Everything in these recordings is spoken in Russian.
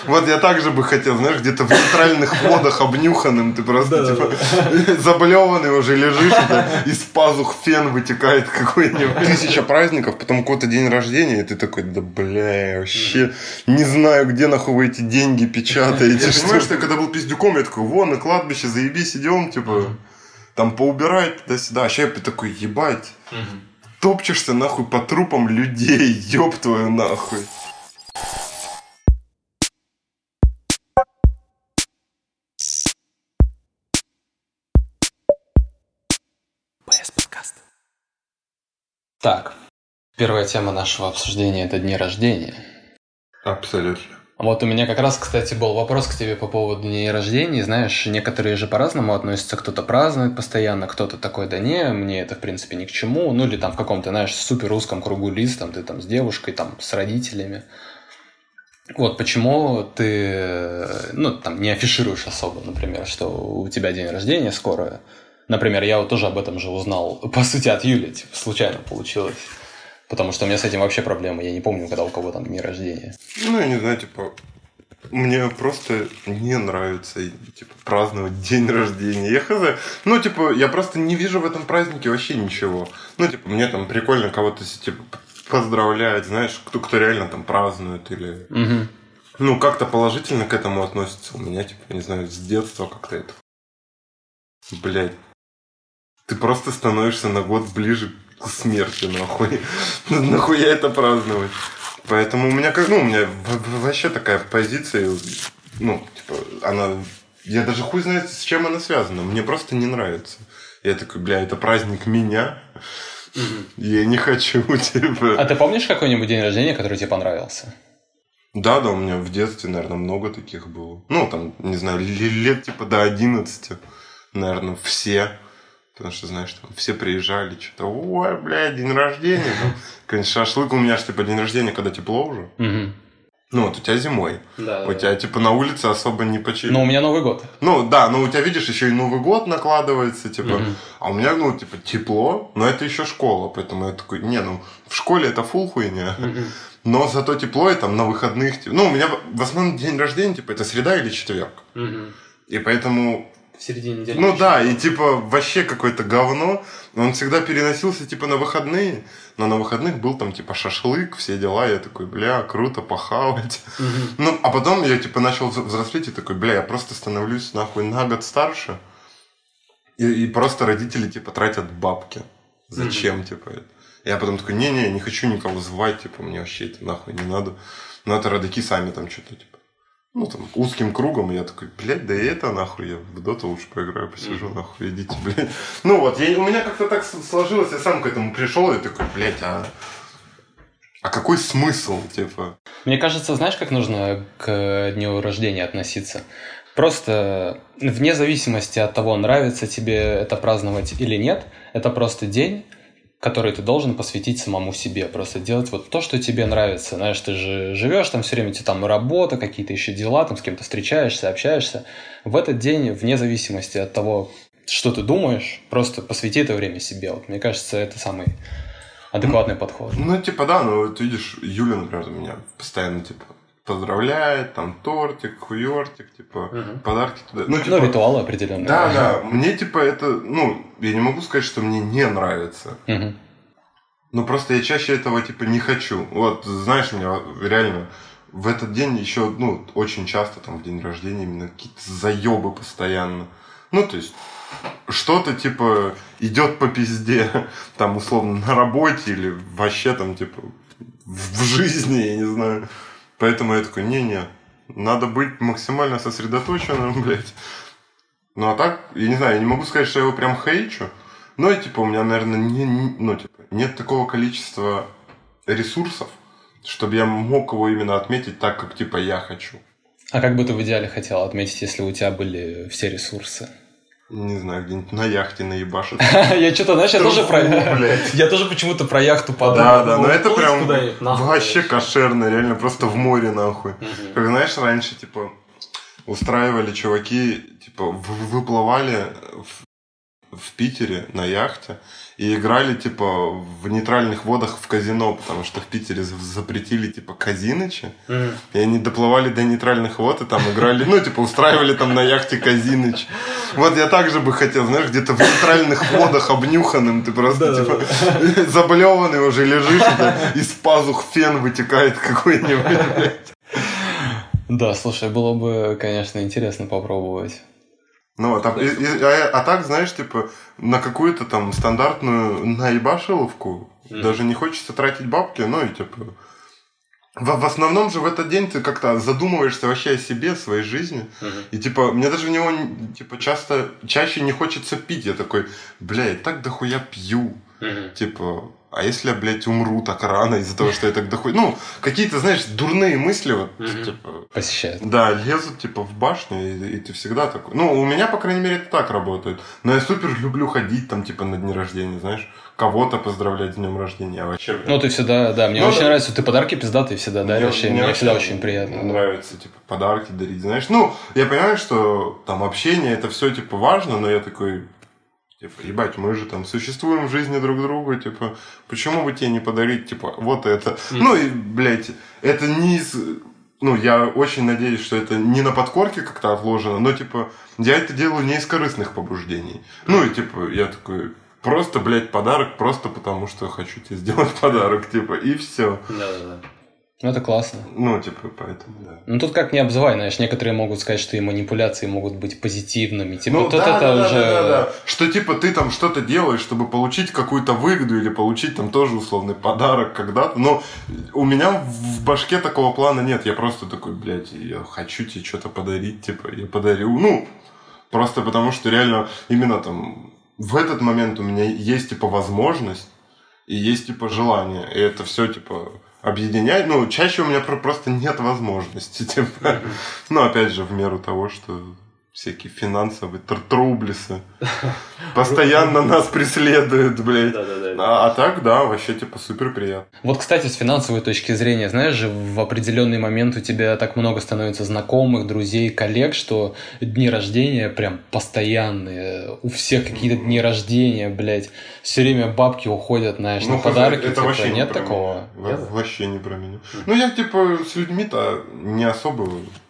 Вот я также бы хотел, знаешь, где-то в нейтральных водах обнюханным, ты просто, заблеванный уже лежишь, из пазух фен вытекает какой-нибудь. 1000 праздников, потом какой-то день рождения, и ты такой, да бля, вообще не знаю, где нахуй вы эти деньги печатаете. Понимаешь, я когда был пиздюком, я такой, вон, на кладбище, заебись, идем, типа, там поубирать туда-сюда. А сейчас я такой, ебать, топчешься нахуй по трупам людей, ёб твою нахуй. Так, первая тема нашего обсуждения – это дни рождения. Абсолютно. Вот у меня как раз, кстати, был вопрос к тебе по поводу дней рождения. Знаешь, некоторые же по-разному относятся. Кто-то празднует постоянно, кто-то такой, да не, мне это, в принципе, ни к чему. Ну, или там в каком-то, знаешь, супер узком кругу лиц, там, ты там с девушкой, там, с родителями. Вот почему ты, ну, там, не афишируешь особо, например, что у тебя день рождения скоро. Например, я вот тоже об этом же узнал, по сути, от Юли, типа, случайно получилось. Потому что у меня с этим вообще проблема. Я не помню, когда у кого там день рождения. Ну, я не знаю, типа, мне просто не нравится, типа, праздновать день рождения. Я хз. Ну, типа, я просто не вижу в этом празднике вообще ничего. Ну, типа, мне там прикольно кого-то, типа, поздравлять, знаешь, кто реально там празднует или... Угу. Ну, как-то положительно к этому относится. У меня, типа, не знаю, с детства как-то это... Блядь. Ты просто становишься на год ближе к смерти, нахуй. Нахуя это праздновать? Поэтому у меня как, ну, у меня вообще такая позиция, ну, типа, она... Я даже хуй знает, с чем она связана. Мне просто не нравится. Я такой, бля, это праздник меня. Я не хочу, типа... А ты помнишь какой-нибудь день рождения, который тебе понравился? Да, у меня в детстве, наверное, много таких было. Ну, там, не знаю, лет типа до 11, наверное, все. Потому что, знаешь, там все приезжали, что-то, ой, блядь, день рождения. Там, конечно, шашлык у меня же, типа, день рождения, когда тепло уже. Угу. Ну, вот у тебя зимой. Да, у тебя, типа, на улице особо не почти. Ну, у меня Новый год. Ну, да, но у тебя, видишь, еще и Новый год накладывается, типа. А у меня, ну, типа, тепло, но это еще школа. Поэтому я такой, не, ну, в школе это фул хуйня. Но зато тепло, и там на выходных... Ну, у меня в основном день рождения, типа, это среда или четверг. И поэтому... В середине недели. Ну да, и типа вообще какое-то говно. Он всегда переносился типа на выходные. Но на выходных был там типа шашлык, все дела. Я такой, бля, круто, похавать. Ну, а потом я типа начал взрослеть и такой, бля, я просто становлюсь нахуй на год старше. И просто родители типа тратят бабки. Зачем, типа это? Я потом такой, не-не, не хочу никого звать, типа, мне вообще это нахуй не надо. Но это родаки сами там что-то, типа, ну, там, узким кругом. И я такой, блядь, да и это нахуй, я в доту лучше поиграю, посижу, нахуй, идите, блядь. Ну, вот, у меня как-то так сложилось, я сам к этому пришел, и такой, блядь, а какой смысл, типа? Мне кажется, знаешь, как нужно к дню рождения относиться? Просто вне зависимости от того, нравится тебе это праздновать или нет, это просто день, который ты должен посвятить самому себе. Просто делать вот то, что тебе нравится. Знаешь, ты же живешь там все время, тебе там работа, какие-то еще дела, там с кем-то встречаешься, общаешься. В этот день, вне зависимости от того, что ты думаешь, просто посвяти это время себе. Вот, мне кажется, это самый адекватный подход. Ну, типа, да, ну, вот видишь, Юля, например, меня постоянно, типа, поздравляет, там, тортик, хуёртик, типа, подарки туда. Ну, типа, ритуалы определенные. Да, мне, типа, это, ну, я не могу сказать, что мне не нравится. Но просто я чаще этого, типа, не хочу. Вот, знаешь, меня реально в этот день еще, ну, очень часто, там, в день рождения именно какие-то заебы постоянно. Ну, то есть, что-то, типа, идет по пизде, там, условно, на работе или вообще, там, типа, в жизни, я не знаю. Поэтому я такой, не-не, надо быть максимально сосредоточенным, блядь. Ну, а так, я не знаю, я не могу сказать, что я его прям хейчу. Но, типа, у меня, наверное, нет такого количества ресурсов, чтобы я мог его именно отметить так, как, типа, я хочу. А как бы ты в идеале хотел отметить, если у тебя были все ресурсы? Не знаю, где-нибудь на яхте наебашить. Я что-то, знаешь, я тоже почему-то про яхту подумал. Да, но это прям вообще кошерно, реально просто в море нахуй. Как, знаешь, раньше, типа, устраивали чуваки, типа, выплывали в Питере на яхте и играли, типа, в нейтральных водах в казино, потому что в Питере запретили, типа, казинычи, и они доплывали до нейтральных вод и там играли, ну, типа, устраивали там на яхте казиныч. Вот я также бы хотел, знаешь, где-то в нейтральных водах обнюханным, ты просто, типа, заблеванный уже лежишь, из пазух фен вытекает какой-нибудь, блядь. Да, слушай, было бы, конечно, интересно попробовать. Ну, а так, знаешь, типа, на какую-то там стандартную наебашиловку даже не хочется тратить бабки, ну и типа... В основном же в этот день ты как-то задумываешься вообще о себе, о своей жизни. И типа, мне даже в него типа чаще не хочется пить. Я такой, бля, я так дохуя пью. Типа, а если я, блядь, умру так рано из-за того, что я так дохуя... Ну, какие-то, знаешь, дурные мысли вот, типа... Посещают. Да, лезут, типа, в башню, и ты всегда такой... Ну, у меня, по крайней мере, это так работает. Но я супер люблю ходить там, типа, на дни рождения, знаешь, кого-то поздравлять с днем рождения. А вообще... Ну, ты всегда, да, мне очень нравится, ты подарки пиздатые всегда даришь, и мне всегда очень приятно. Нравится, типа, подарки дарить, знаешь. Ну, я понимаю, что там общение, это все, типа, важно, но я такой... Типа, ебать, мы же там существуем в жизни друг друга, типа, почему бы тебе не подарить, типа, вот это. Ну, и, блядь, это не из... Ну, я очень надеюсь, что это не на подкорке как-то отложено, но, типа, я это делаю не из корыстных побуждений. Ну, и, типа, я такой, просто, блядь, подарок, просто потому что хочу тебе сделать подарок, типа, и все. Да-да-да. Ну, это классно. Ну, типа, поэтому, да. Ну, тут как не обзывай, знаешь, некоторые могут сказать, что и манипуляции могут быть позитивными. Типа, ну, тут да, это да, уже... Да. Что, типа, ты там что-то делаешь, чтобы получить какую-то выгоду или получить там тоже условный подарок когда-то. Но у меня в башке такого плана нет. Я просто такой, блядь, я хочу тебе что-то подарить, типа, я подарю. Ну, просто потому что реально именно там в этот момент у меня есть, типа, возможность и есть, типа, желание. И это все, типа... объединять, ну, чаще у меня просто нет возможности, типа, ну, опять же, в меру того, что всякие финансовые трублесы постоянно нас преследуют, блядь. А так, да, вообще, типа, супер приятно. Вот, кстати, с финансовой точки зрения, знаешь же, в определенный момент у тебя так много становится знакомых, друзей, коллег, что дни рождения прям постоянные, у всех какие-то дни рождения, блядь, все время бабки уходят, знаешь, на подарки, это типа, вообще нет такого? Вообще не про меня. Ну, я, типа, с людьми-то не особо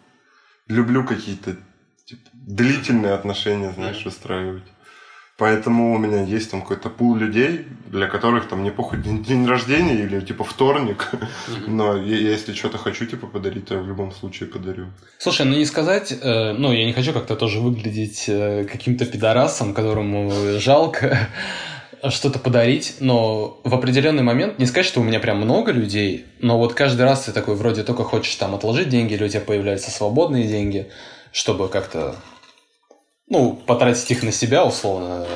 люблю какие-то типа, длительные отношения, знаешь, выстраивать. Поэтому у меня есть там какой-то пул людей, для которых там не похуй день рождения или типа вторник. Но если что-то хочу типа подарить, то я в любом случае подарю. Слушай, ну не сказать, ну я не хочу как-то тоже выглядеть каким-то пидорасом, которому жалко что-то подарить, но в определенный момент, не сказать, что у меня прям много людей, но вот каждый раз ты такой вроде только хочешь там отложить деньги, или у тебя появляются свободные деньги, чтобы как-то, ну, потратить их на себя, условно.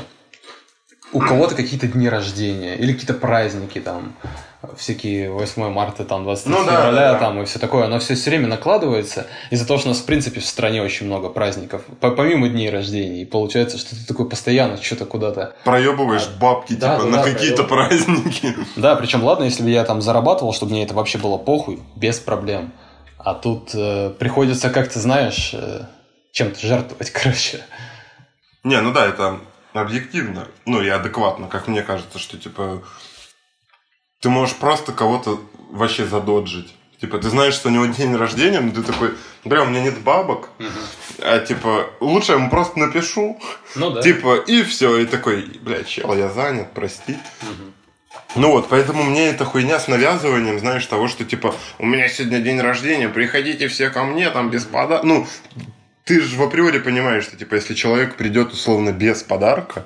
У кого-то какие-то дни рождения или какие-то праздники, там, всякие 8 марта, там, 23 февраля, там, и все такое. Оно все время накладывается из-за того, что у нас, в принципе, в стране очень много праздников, помимо дней рождения. И получается, что ты такой постоянно что-то куда-то... проебываешь бабки, типа, на какие-то праздники. Да, причем, ладно, если бы я там зарабатывал, чтобы мне это вообще было похуй, без проблем. А тут приходится как-то, знаешь, чем-то жертвовать, короче. Не, ну да, это... объективно, ну и адекватно, как мне кажется, что, типа, ты можешь просто кого-то вообще задоджить. Типа, ты знаешь, что у него день рождения, но ты такой, бля, у меня нет бабок, а, типа, лучше я ему просто напишу, ну, да. Типа, и все, и такой, бля, чел, я занят, прости. Ну вот, поэтому мне эта хуйня с навязыванием, знаешь, того, что, типа, у меня сегодня день рождения, приходите все ко мне, там, без подарка, ну... Ты же в априори понимаешь, что, типа, если человек придет, условно, без подарка,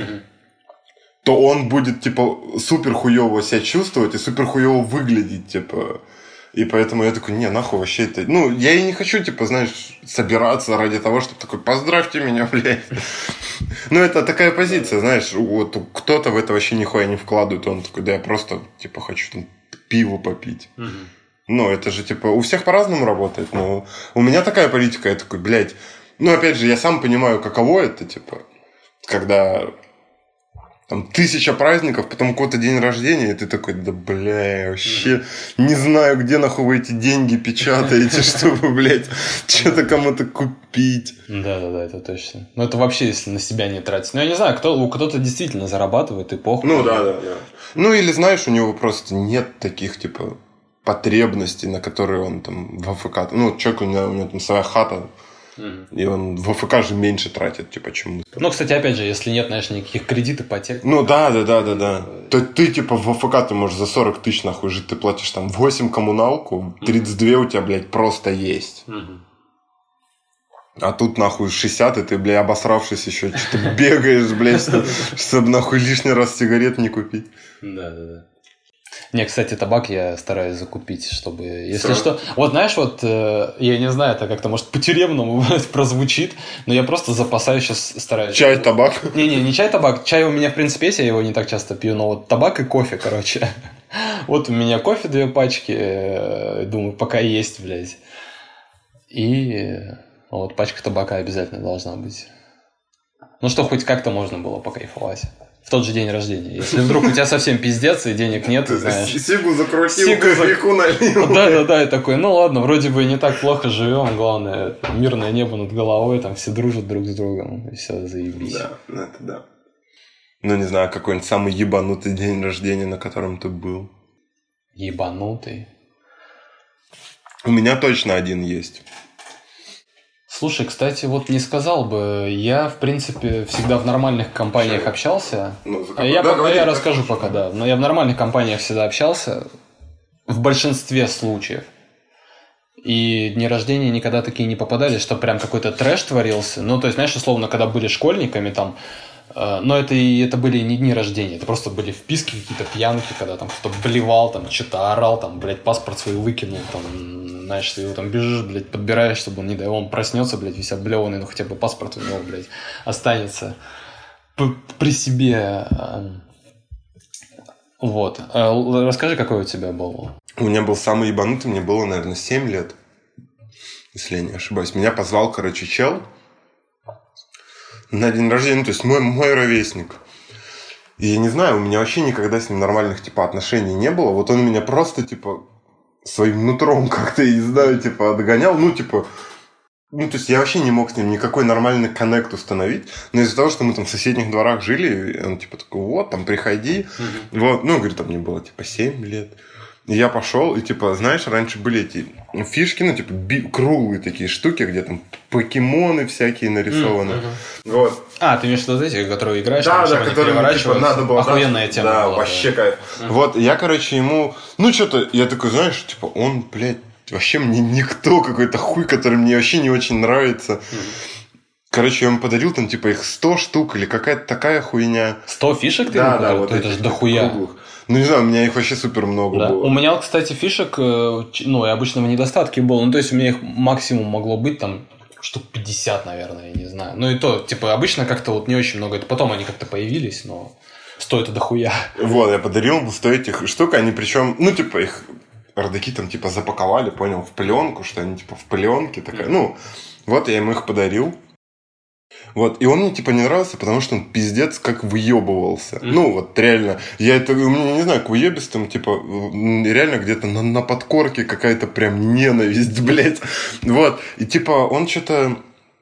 то он будет, типа, супер хуёво себя чувствовать и супер хуёво выглядеть, типа. И поэтому я такой, не, нахуй вообще это... Ну, я и не хочу, типа, знаешь, собираться ради того, чтобы такой, поздравьте меня, блядь. Ну, это такая позиция, знаешь, вот кто-то в это вообще нихуя не вкладывает, он такой, да я просто, типа, хочу там пиво попить. Ну, это же, типа, у всех по-разному работает, но у меня такая политика, я такой, блядь, ну, опять же, я сам понимаю, каково это, типа, когда там 1000 праздников, потом какой-то день рождения, и ты такой, да, бля, вообще не знаю, где нахуй вы эти деньги печатаете, чтобы, блядь, что-то кому-то купить. Да, это точно. Ну, это вообще, если на себя не тратить. Ну, я не знаю, кто-то действительно зарабатывает, и похуй. Ну, да. Ну, или, знаешь, у него просто нет таких, типа, потребностей, на которые он там в АФК... Ну, человек, у него там своя хата, и он в АФК же меньше тратит, типа, чем... Ну, кстати, опять же, если нет, знаешь, никаких кредитов, ипотек. Ну, да. То ты, типа, в АФК ты можешь за 40 тысяч, нахуй, жить, ты платишь там 8 коммуналку, 32 у тебя, блядь, просто есть. А тут, нахуй, 60, и ты, блядь, обосравшись еще, что-то бегаешь, блядь, чтобы, нахуй, лишний раз сигарет не купить. Да. Не, кстати, табак я стараюсь закупить, чтобы, если что... Вот, знаешь, я не знаю, это как-то, может, по-тюремному прозвучит, но я просто запасаю сейчас, стараюсь... Чай, табак? Не чай, табак. Чай у меня, в принципе, есть, я его не так часто пью, но вот табак и кофе, короче. Вот у меня кофе 2 пачки, думаю, пока есть, блядь. И вот пачка табака обязательно должна быть. Ну, что хоть как-то можно было покайфовать. В тот же день рождения. Если вдруг у тебя совсем пиздец и денег нет, ты знаешь... Сигу закрутил, кофейку налил. Да, и такой, ну ладно, вроде бы не так плохо живем, главное, мирное небо над головой, там все дружат друг с другом, и все, заебись. Да, это да. Ну, не знаю, какой-нибудь самый ебанутый день рождения, на котором ты был. Ебанутый? У меня точно один есть. Слушай, кстати, вот не сказал бы, я, в принципе, всегда в нормальных компаниях общался. Я расскажу пока, да. Но я в нормальных компаниях всегда общался, в большинстве случаев. И дни рождения никогда такие не попадались, что прям какой-то трэш творился. Ну, то есть, знаешь, условно, когда были школьниками, там, но это были не дни рождения, это просто были вписки, какие-то пьянки, когда там кто-то блевал, там, что-то орал, там, блядь, паспорт свой выкинул, там, знаешь, ты его там бежишь, блядь, подбираешь, чтобы он, не дай, он проснется, блядь, весь облеванный, ну, хотя бы паспорт у него, блядь, останется при себе. Вот. Расскажи, какой у тебя был? У меня был самый ебанутый, мне было, наверное, 7 лет, если я не ошибаюсь. Меня позвал, короче, чел на день рождения, ну, то есть мой ровесник. И я не знаю, у меня вообще никогда с ним нормальных, типа, отношений не было. Вот он меня просто, типа, своим нутром как-то, не знаю, типа, отгонял. Ну, типа, ну, то есть я вообще не мог с ним никакой нормальный коннект установить. Но из-за того, что мы там в соседних дворах жили, он, типа, такой, вот, там, приходи. Вот, ну, говорит, там мне было, типа, 7 лет. И я пошел, и, типа, знаешь, раньше были эти фишки, ну, типа, круглые такие штуки, где там покемоны всякие нарисованы. Вот. А, ты имеешь в виду эти, которые играешь? Да, там, да, которые, типа, надо было... Охуенная тема. Да, была, вообще кайф. Вот, я, короче, ему... Ну, что-то, я такой, знаешь, типа, он, блядь, вообще мне никто, какой-то хуй, который мне вообще не очень нравится. Короче, я ему подарил там, типа, их 100 штук или какая-то такая хуйня. 100 фишек ты ему подарил? Вот это же дохуя. Круглых. Ну, не знаю, у меня их вообще супер много было. У меня, кстати, фишек, ну, и обычно в недостатке было. Ну, то есть, у меня их максимум могло быть там штук 50, наверное, я не знаю. Ну, и то, типа, обычно как-то вот не очень много. Это потом они как-то появились, но стоит это дохуя. Вот, я подарил ему 100 этих штук, они причем, ну, типа, их родаки там, типа, запаковали, понял, в пленку, что они, типа, в пленке такая. Ну, вот я ему их подарил. Вот, и он мне, типа, не нравился, потому что он пиздец как выебывался. Ну, вот, реально. Я это, у меня, не знаю, к выебистым, типа, реально где-то на подкорке какая-то прям ненависть, блядь. Вот, и, типа, он что-то...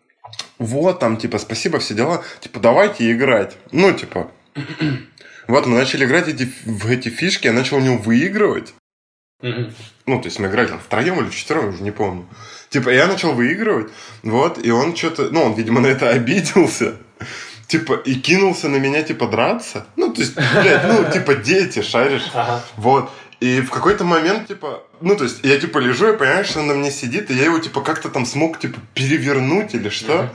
Вот, там, типа, спасибо, все дела. Типа, давайте играть. Ну, типа... Вот, мы начали играть в эти фишки, я начал у него выигрывать. Ну, то есть, мы играли там втроем или вчетвером, уже не помню. Типа, я начал выигрывать, вот, и он что-то... Ну, он, видимо, на это обиделся. Типа, и кинулся на меня, типа, драться. Ну, то есть, блядь, ну, типа, дети, шаришь. Вот. И в какой-то момент, типа... Ну, то есть, я, типа, лежу, я понимаю, что он на мне сидит, и я его, типа, как-то там смог, типа, перевернуть или что.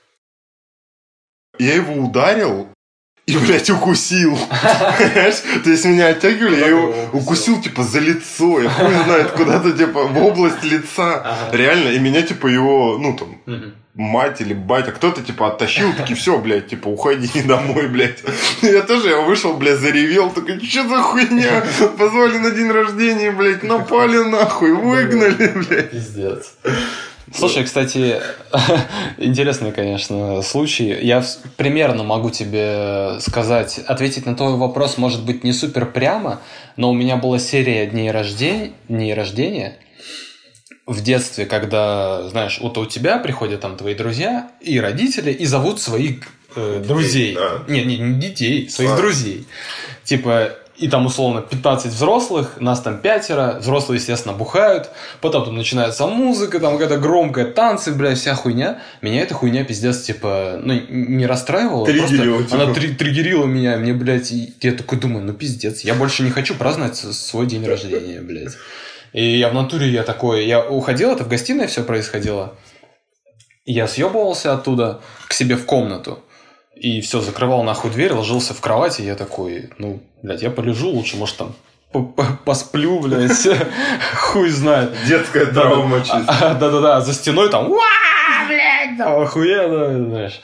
Я его ударил. И, блядь, укусил. Понимаешь? То есть меня оттягивали, я его укусил, типа, за лицо. Я хуй знает, куда-то, типа, в область лица. Реально. И меня, типа, его, ну, там, мать или батя, кто-то, типа, оттащил. Такие, все, блядь, типа, уходи домой, блядь. Я тоже, я вышел, блядь, заревел. Такой, что за хуйня? Позвали на день рождения, блядь, напали нахуй, выгнали, блядь. Пиздец. Слушай, кстати, интересный, конечно, случай. Я примерно могу тебе сказать, ответить на твой вопрос, может быть, не супер прямо, но у меня была серия дней рождения в детстве, когда, знаешь, вот у тебя приходят там твои друзья и родители и зовут своих друзей. Да. Не детей, своих друзей. Типа... И там, условно, 15 взрослых, нас там 5, взрослые, естественно, бухают, потом там начинается музыка, там какая-то громкая, танцы, бля, вся хуйня. Меня эта хуйня, пиздец, типа, ну, не расстраивала, триггерила, просто она триггерила меня, мне, блядь, и я такой думаю, ну, пиздец, я больше не хочу праздновать свой день рождения, блядь. И я в натуре, я уходил, это в гостиной все происходило, и я съебывался оттуда к себе в комнату. И все, закрывал нахуй дверь, ложился в кровать, и я такой, ну, блядь, я полежу лучше, может, там посплю, блядь, хуй знает. Детская травма чисто. Да-да-да, за стеной там, блядь, там охуенно, знаешь.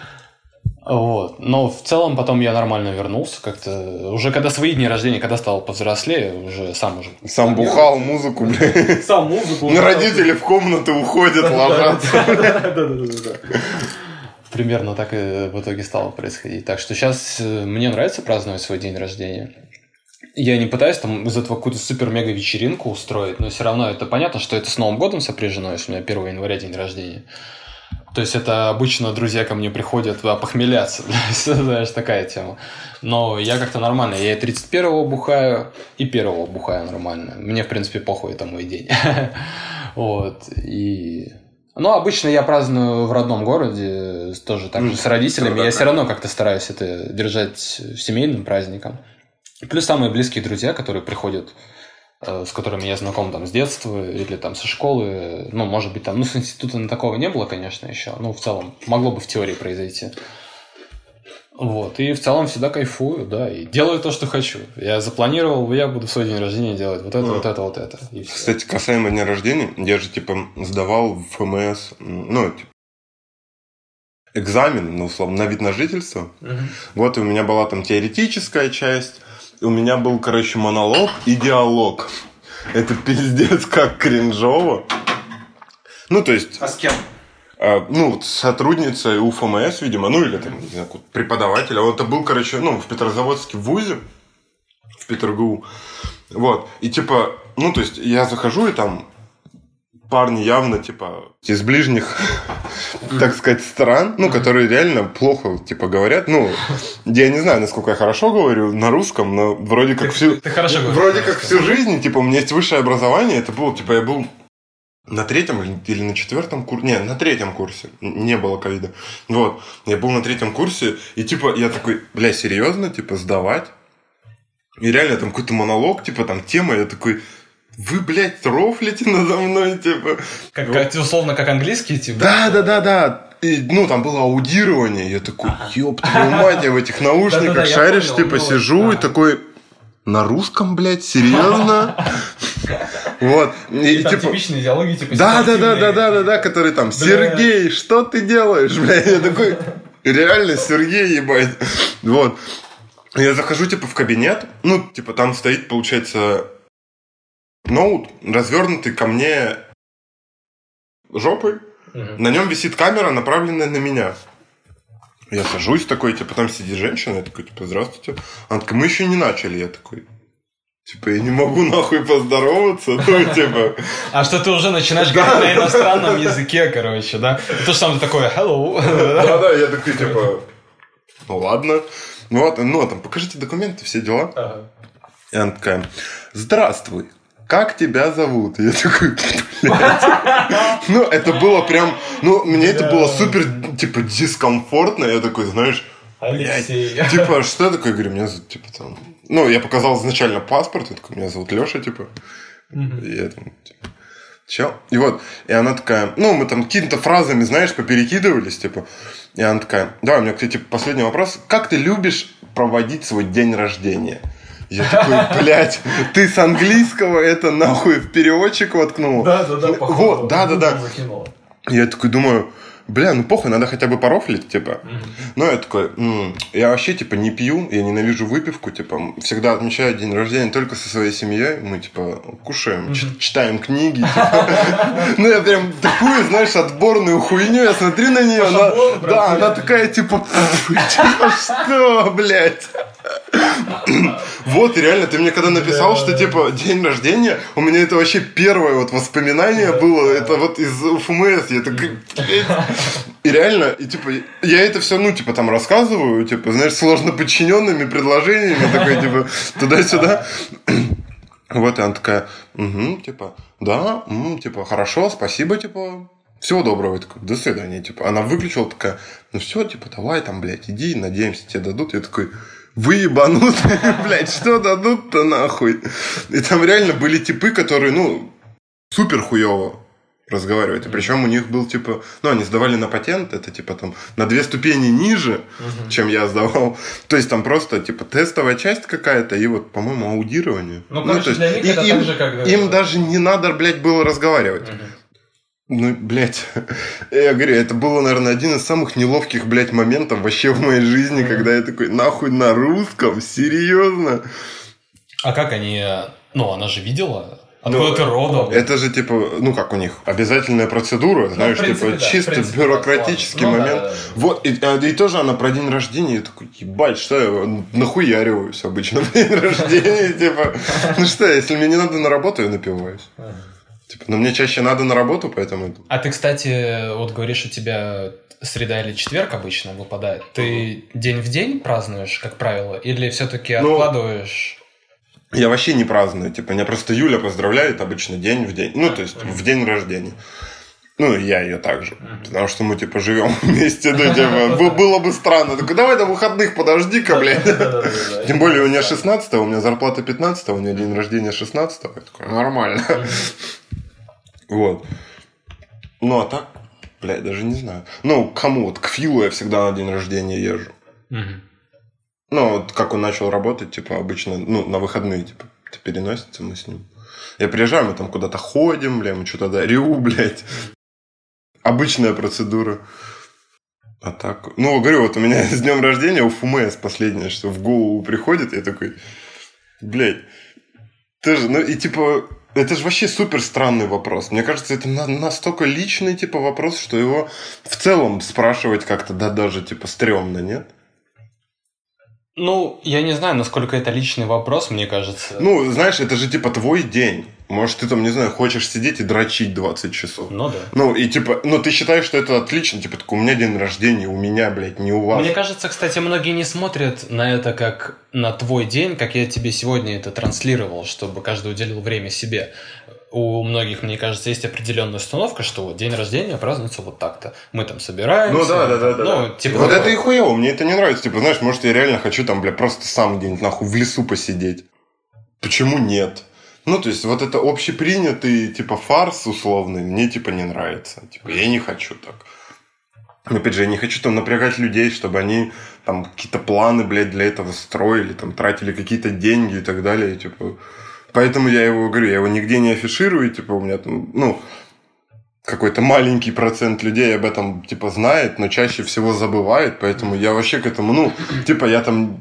Вот. Но в целом потом я нормально вернулся как-то. Уже когда свои дни рождения, когда стал повзрослее, уже сам бухал музыку, блядь. Сам музыку. Родители в комнату уходят, ложатся. Да-да-да. Примерно так и в итоге стало происходить. Так что сейчас мне нравится праздновать свой день рождения. Я не пытаюсь там из этого какую-то супер-мега-вечеринку устроить, но все равно это понятно, что это с Новым годом сопряжено, если у меня 1 января день рождения. То есть это обычно друзья ко мне приходят похмеляться. Знаешь, такая тема. Но я как-то нормально. Я и 31-го бухаю, и 1-го бухаю нормально. Мне, в принципе, похуй, это мой день. Вот. И... Ну, обычно я праздную в родном городе, тоже так же с родителями. Я все равно как-то стараюсь это держать семейным праздником. Плюс самые близкие друзья, которые приходят, с которыми я знаком там с детства или там со школы. Ну, может быть, там, ну, с института такого не было, конечно, еще. Ну, в целом, могло бы в теории произойти. Вот. И в целом всегда кайфую, да, и делаю то, что хочу. Я запланировал, я буду в свой день рождения делать вот это, вот это, вот это. И все. Кстати, касаемо дня рождения, я же, типа, сдавал в ФМС, ну, типа, экзамен, ну, условно, на вид на жительство. Вот, и у меня была там теоретическая часть, у меня был, короче, монолог и диалог. Это пиздец как кринжово. Ну, то есть... А с кем? Ну, сотрудница УФМС, видимо, ну, или там, не знаю, преподаватель. А вот это был, короче, ну, в Петрозаводске вузе, в ПетерГУ. Вот. И, типа, ну, то есть, я захожу, и там парни явно, типа, из ближних, так сказать, стран, ну, которые реально плохо, типа, говорят. Ну, я не знаю, насколько я хорошо говорю на русском, но вроде как всю... Ты хорошо говоришь. Вроде как всю жизнь, типа, у меня есть высшее образование. Это было, типа, я был... На 3-м или на 4-м курсе? Не, на 3-м курсе. Не было ковида. Вот. Я был на 3-м курсе, и типа я такой, бля, серьезно, типа, сдавать? И реально там какой-то монолог, типа, там тема, я такой, вы, блядь, рофлите надо мной, типа. Как условно, как английский, типа? Да. И, ну, там было аудирование, я такой, ёб твою мать, я в этих наушниках шаришь, типа, сижу и такой... На русском, блядь, серьезно? Вот. И там типа... типичные диалоги, типа... Да, которые там, Сергей, что ты делаешь, блядь? Я такой, реально, Сергей, ебать. Вот. Я захожу, типа, в кабинет, ну, типа, там стоит, получается, ноут, развернутый ко мне жопой. На нем висит камера, направленная на меня. Я сажусь такой, типа, там сидит женщина, я такой, типа, здравствуйте. Она такая, мы еще не начали. Я такой, типа, я не могу нахуй поздороваться. Ну, типа... А что ты уже начинаешь говорить на иностранном языке, короче, да? И то же самое такое, hello. Да, я такой, типа, ну ладно. Вот, ну, там, покажите документы, все дела. И она такая, здравствуй. Как тебя зовут? Я такой, блядь. Ну, это было прям... Ну, мне это было супер, типа, дискомфортно. Я такой, знаешь... Алексей. Типа, что я такой? Я говорю, меня зовут, типа, там... Ну, я показал изначально паспорт. Я такой, меня зовут Леша, типа. И я там, типа... Чел? И вот, и она такая... Ну, мы там какими-то фразами, знаешь, поперекидывались, типа. И она такая, давай, у меня, кстати, последний вопрос. Как ты любишь проводить свой день рождения? Я такой, блядь, ты с английского это нахуй в переводчик воткнул? Да, походу. Вот, да. Я такой думаю, бля, ну похуй, надо хотя бы порофлить, типа. Ну, я такой, я вообще, типа, не пью, я ненавижу выпивку, типа, всегда отмечаю день рождения только со своей семьей, мы, типа, кушаем, читаем книги, типа. Ну, я прям такую, знаешь, отборную хуйню, я смотрю на нее, она такая, типа, что, блядь? Вот, реально, ты мне когда написал, что, типа, день рождения, у меня это вообще первое вот воспоминание было, это вот из ФМС, я такой, и реально, и, типа, я это все, ну, типа, там рассказываю, типа, знаешь, сложно подчиненными предложениями, такой, типа, туда-сюда. Вот, и она такая, типа, да, типа, хорошо, спасибо, типа, всего доброго. Я такой, до свидания, типа. Она выключила, такая, ну все, типа, давай там, блядь, иди, надеемся, тебе дадут. Я такой, вы ебанутые, блядь, что дадут-то нахуй? И там реально были типы, которые, ну, супер хуёво разговаривать. И причем у них был, типа, ну, они сдавали на патент, это, типа, там, на 2 ступени ниже, чем я сдавал. То есть, там просто, типа, тестовая часть какая-то и вот, по-моему, аудирование. Ну, короче, для них это так же, как... Им даже не надо, блядь, было разговаривать. Ну, блядь, я говорю, это было, наверное, один из самых неловких, блядь, моментов вообще в моей жизни, когда я такой, нахуй на русском? Серьезно? А как они... Ну, она же видела... Откуда ты родом? Это же, типа, ну, как у них, обязательная процедура, знаешь, принципе, типа, да, чисто бюрократический момент. Да. Вот, и тоже она про день рождения, я такой, ебать, что я нахуяриваюсь обычно в день рождения, типа, ну что, если мне не надо на работу, я напиваюсь. Типа, но мне чаще надо на работу, поэтому... А ты, кстати, вот говоришь, у тебя среда или четверг обычно выпадает. Ты день в день празднуешь, как правило, или все-таки откладываешь... Я вообще не праздную, типа, меня просто Юля поздравляет обычно день в день, ну, то есть, в день рождения. Ну, и я ее также, потому что мы, типа, живем вместе, ну, типа, было бы странно. Такой, давай до выходных подожди-ка, блядь. Тем более, у нее 16-го, у меня зарплата 15-го, у нее день рождения 16-го. Я такой, нормально. Вот. Ну, а так, блядь, даже не знаю. Ну, кому? Вот к Филу я всегда на день рождения езжу. Ну, вот как он начал работать, типа, обычно, ну, на выходные, типа, переносится мы с ним. Я приезжаю, мы там куда-то ходим, бля, мы что-то дарю, блядь. Обычная процедура. А так... Ну, говорю, вот у меня с днем рождения у ФМС последнее, что в голову приходит, я такой, блядь, тоже, ну, и типа... Это же вообще супер странный вопрос. Мне кажется, это настолько личный, типа, вопрос, что его в целом спрашивать как-то, да, даже, типа, стрёмно, нет? Ну, я не знаю, насколько это личный вопрос, мне кажется. Ну, знаешь, это же, типа, твой день. Может, ты там, не знаю, хочешь сидеть и дрочить 20 часов. Ну, да. Ну, и, типа, ну, ты считаешь, что это отлично. Типа, так у меня день рождения, у меня, блядь, не у вас. Мне кажется, кстати, многие не смотрят на это как на твой день, как я тебе сегодня это транслировал, чтобы каждый уделил время себе. У многих, мне кажется, есть определенная установка, что вот день рождения празднуется вот так-то. Мы там собираемся. Ну да. Ну, типа, вот это и хуево, мне это не нравится. Типа, знаешь, может, я реально хочу там, бля, просто сам где-нибудь нахуй в лесу посидеть. Почему нет? Ну, то есть, вот это общепринятый, типа, фарс условный мне, типа, не нравится. Типа, я не хочу так. Опять же, я не хочу там напрягать людей, чтобы они там какие-то планы, блядь, для этого строили, там, тратили какие-то деньги и так далее, типа... Поэтому я его говорю, я его нигде не афиширую, типа, у меня там, ну, какой-то маленький процент людей об этом, типа, знает, но чаще всего забывает, поэтому я вообще к этому, ну, типа, я там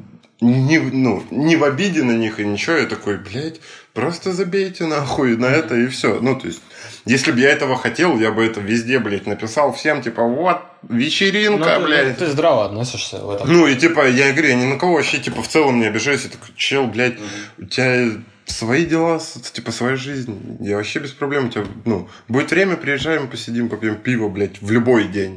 не в обиде на них и ничего, я такой, блядь, просто забейте нахуй на это и все. Ну, то есть, если бы я этого хотел, я бы это везде, блядь, написал всем, типа, вот, вечеринка, блядь. Ты здраво относишься в этом. Ну, и, типа, я говорю, я ни на кого вообще, типа, в целом не обижаюсь, я такой, чел, блядь, у тебя... Свои дела, типа, своя жизнь. Я вообще без проблем. У тебя, ну, будет время, приезжаем, посидим, попьем пиво, блядь, в любой день.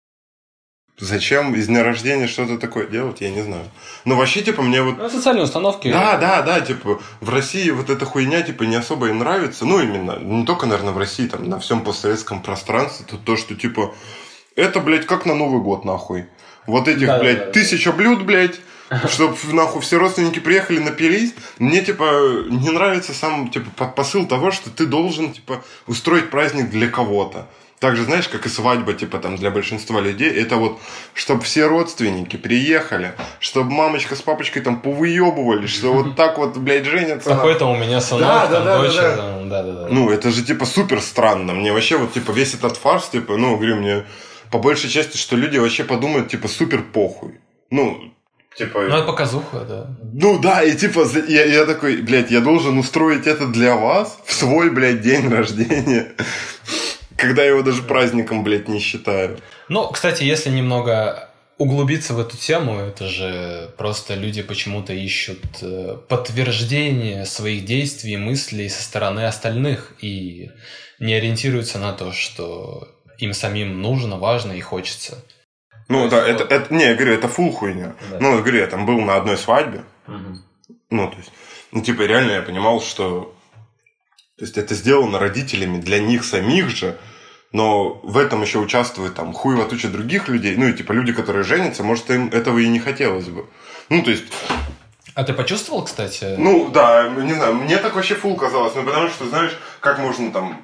Зачем из дня рождения что-то такое делать, я не знаю. Но вообще, типа, мне вот... Ну, социальные установки. Да, типа, в России вот эта хуйня, типа, не особо и нравится. Ну, именно, не только, наверное, в России, там, на всем постсоветском пространстве. То, что, типа, это, блядь, как на Новый год, нахуй. Вот этих, да, блядь, 1000 блюд, блядь. Чтобы, нахуй, все родственники приехали, напились. Мне, типа, не нравится сам, типа, посыл того, что ты должен, типа, устроить праздник для кого-то. Так же, знаешь, как и свадьба, типа, там, для большинства людей. Это вот, чтобы все родственники приехали, чтобы мамочка с папочкой там повыебывали, что вот так вот, блядь, женятся. Какой-то у меня сынок, дочь. Да. Ну, это же, типа, супер странно. Мне вообще, вот, типа, весь этот фарс, типа, ну, говорю, мне... по большей части, что люди вообще подумают, типа, супер похуй. Ну, типа... Ну, это показуха, да. Ну, да, и типа, я такой, блядь, я должен устроить это для вас в свой, блядь, день рождения, когда я его даже праздником, блядь, не считаю. Ну, кстати, если немного углубиться в эту тему, это же просто люди почему-то ищут подтверждение своих действий и мыслей со стороны остальных и не ориентируются на то, что им самим нужно, важно и хочется. Ну, да, это, не, я говорю, это фул хуйня. Да. Ну, я говорю, я там был на одной свадьбе. Ну, то есть, ну, типа, реально я понимал, что... То есть, это сделано родителями для них самих же, но в этом еще участвует там хуево туча других людей. Ну, и типа люди, которые женятся, может, им этого и не хотелось бы. Ну, то есть... А ты почувствовал, кстати? Ну, да, не знаю, мне так вообще фул казалось. Ну, потому что, знаешь, как можно там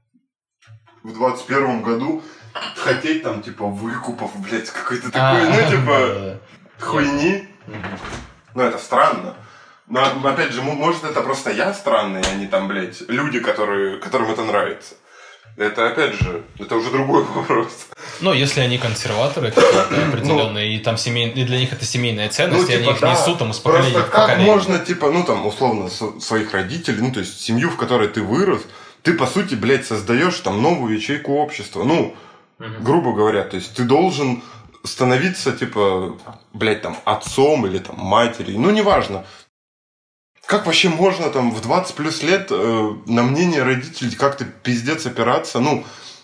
в 21-м году хотеть там, типа, выкупов, блядь, какой-то такой, ну, типа, хуйни. Ну, это странно. Но, опять же, может, это просто я странный, а не там, блядь, люди, которым это нравится. Это, опять же, это уже другой вопрос. Ну, если они консерваторы какие-то определенные, и там и для них это семейная ценность, ну, типа, и они их несут там из поколения в поколение. Как можно, типа, ну, там, условно, своих родителей, ну, то есть, семью, в которой ты вырос, ты, по сути, блядь, создаешь там новую ячейку общества. Ну, грубо говоря, то есть, ты должен становиться, типа, блядь, там, отцом или там матерью, ну, неважно. Как вообще можно там в 20 плюс лет на мнение родителей как-то пиздец опираться? Ну,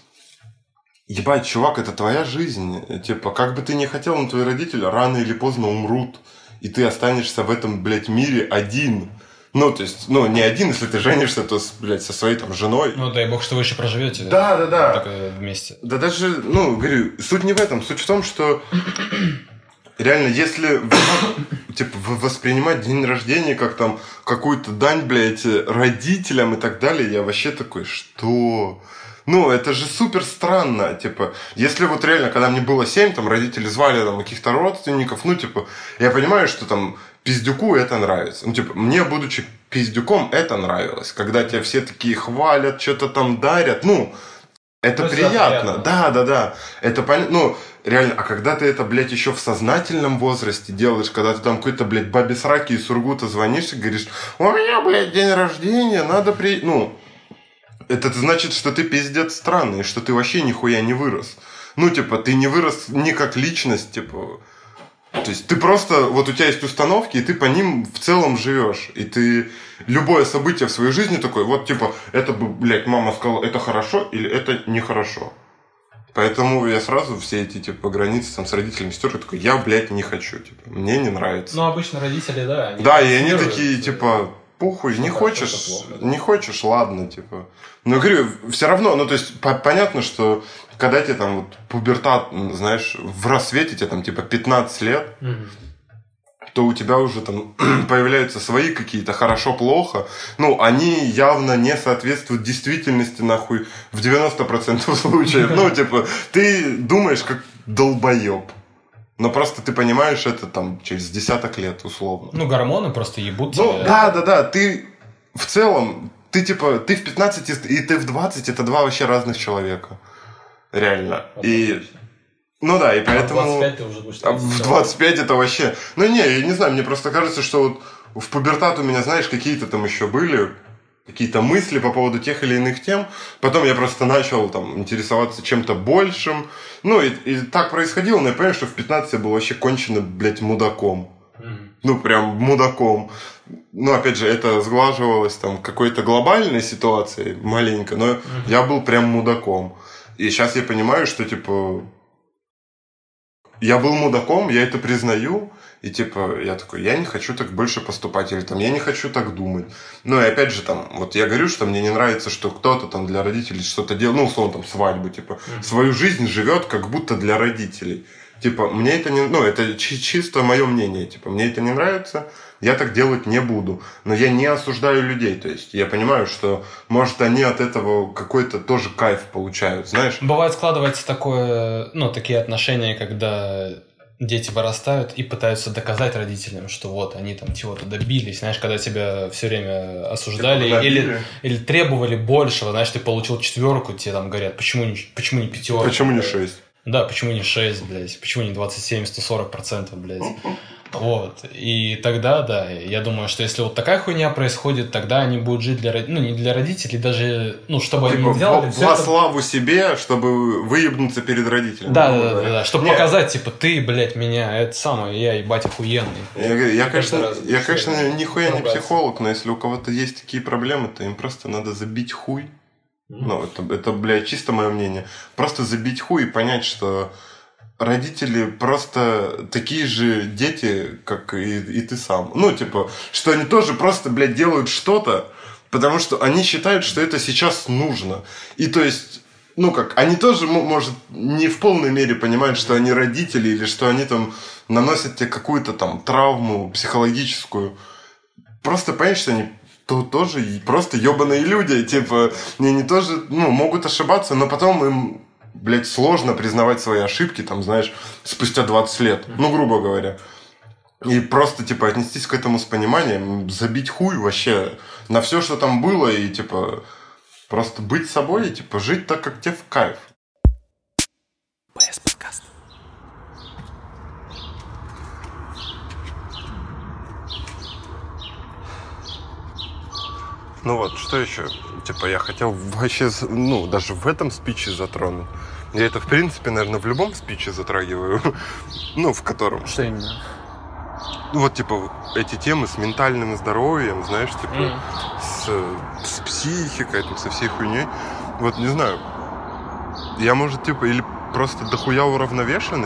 ебать, чувак, это твоя жизнь. Типа, как бы ты ни хотел, но твои родители рано или поздно умрут. И ты останешься в этом, блядь, мире один. Ну, то есть, ну, не один, если ты женишься, то, блядь, со своей там женой. Ну, дай бог, что вы еще проживете. Да. Вместе. Да даже, ну, говорю, суть не в этом. Суть в том, что... Реально, если типа, воспринимать день рождения как там какую-то дань, блядь, родителям и так далее, я вообще такой, что? Ну, это же супер странно, типа, если вот реально, когда мне было 7, там, родители звали там каких-то родственников, ну, типа, я понимаю, что там пиздюку это нравится. Ну, типа, мне, будучи пиздюком, это нравилось, когда тебя все такие хвалят, что-то там дарят, ну, это приятно. Да. Это понятно. Ну, реально, а когда ты это, блядь, еще в сознательном возрасте делаешь, когда ты там какой-то, блядь, бабе сраки из Сургута звонишь и говоришь, у меня, блядь, день рождения, надо Ну, это значит, что ты пиздец странный, что ты вообще нихуя не вырос. Ну, типа, ты не вырос ни как личность, типа... То есть, ты просто... Вот у тебя есть установки, и ты по ним в целом живешь. И ты... Любое событие в своей жизни такое, вот, типа, это бы, блядь, мама сказала, это хорошо или это нехорошо. Поэтому я сразу все эти, типа, границы там с родителями стер, такой, я, блядь, не хочу, типа, мне не нравится. Ну, обычно родители, да. Да, и они такие, типа, похуй, не хочешь, ладно, типа. Но, говорю, все равно, ну, то есть, понятно, что когда тебе там вот пубертат, знаешь, в рассвете тебе там, типа, 15 лет, то у тебя уже там появляются свои какие-то хорошо-плохо. Ну, они явно не соответствуют действительности, нахуй, в 90% случаев. Ну, типа, ты думаешь, как долбоеб. Но просто ты понимаешь это там через десяток лет, условно. Ну, гормоны просто ебут тебя. Ну, да. Ты в целом, ты типа, ты в 15 и ты в 20, это два вообще разных человека. Реально. И... Ну да, и поэтому... А в 25 ты уже будешь... В 25 это вообще... Ну не, я не знаю, мне просто кажется, что вот в пубертат у меня, знаешь, какие-то там еще были, какие-то мысли по поводу тех или иных тем. Потом я просто начал там интересоваться чем-то большим. Ну и так происходило, но я понял, что в 15 я был вообще конченым, блядь, мудаком. Ну прям мудаком. Ну опять же, это сглаживалось там какой-то глобальной ситуацией маленько, но я был прям мудаком. И сейчас я понимаю, что типа... Я был мудаком, я это признаю, и типа, я такой, я не хочу так больше поступать, или там, я не хочу так думать. Ну, и опять же, там, вот я говорю, что мне не нравится, что кто-то там для родителей что-то делает, ну, условно, там, свадьбу, типа, свою жизнь живет как будто для родителей. Типа, мне это не, ну, это чисто мое мнение, типа, мне это не нравится, я так делать не буду. Но я не осуждаю людей, то есть, я понимаю, что, может, они от этого какой-то тоже кайф получают, знаешь. Бывает, складывается такое, ну, такие отношения, когда дети вырастают и пытаются доказать родителям, что вот, они там чего-то добились, знаешь, когда тебя все время осуждали или требовали большего, знаешь, ты получил 4, тебе там говорят, почему не 5? Почему не 6? Да, почему не 6, блядь? Почему не 27-140%, блядь? Вот. И тогда, да, я думаю, что если вот такая хуйня происходит, тогда они будут жить не для родителей, даже, чтобы они не делали... Во славу себе, чтобы выебнуться перед родителями. Да, чтобы показать, типа, ты, блядь, меня, это самое, я, ебать, охуенный. Я, конечно, нихуя не психолог, но если у кого-то есть такие проблемы, то им просто надо забить хуй. Это, блядь, чисто мое мнение. Просто забить хуй и понять, что родители просто такие же дети, как и ты сам. Что они тоже просто, блядь, делают что-то, потому что они считают, что это сейчас нужно. И то есть, они тоже, может, не в полной мере понимают, что они родители, или что они там наносят тебе какую-то там травму психологическую. Просто понять, что они тоже просто ебаные люди, они тоже, могут ошибаться, но потом им, блядь, сложно признавать свои ошибки, там, знаешь, спустя 20 лет, грубо говоря. И просто, отнестись к этому с пониманием, забить хуй вообще на все, что там было, и, просто быть собой, и, жить так, как тебе в кайф. PS подкаст. Что еще? Я хотел вообще, даже в этом спиче затронуть. Я это, в принципе, наверное, в любом спиче затрагиваю. В котором... Что именно? Эти темы с ментальным здоровьем, знаешь, с психикой, со всей хуйней. Не знаю. Я, может, или просто дохуя уравновешенный,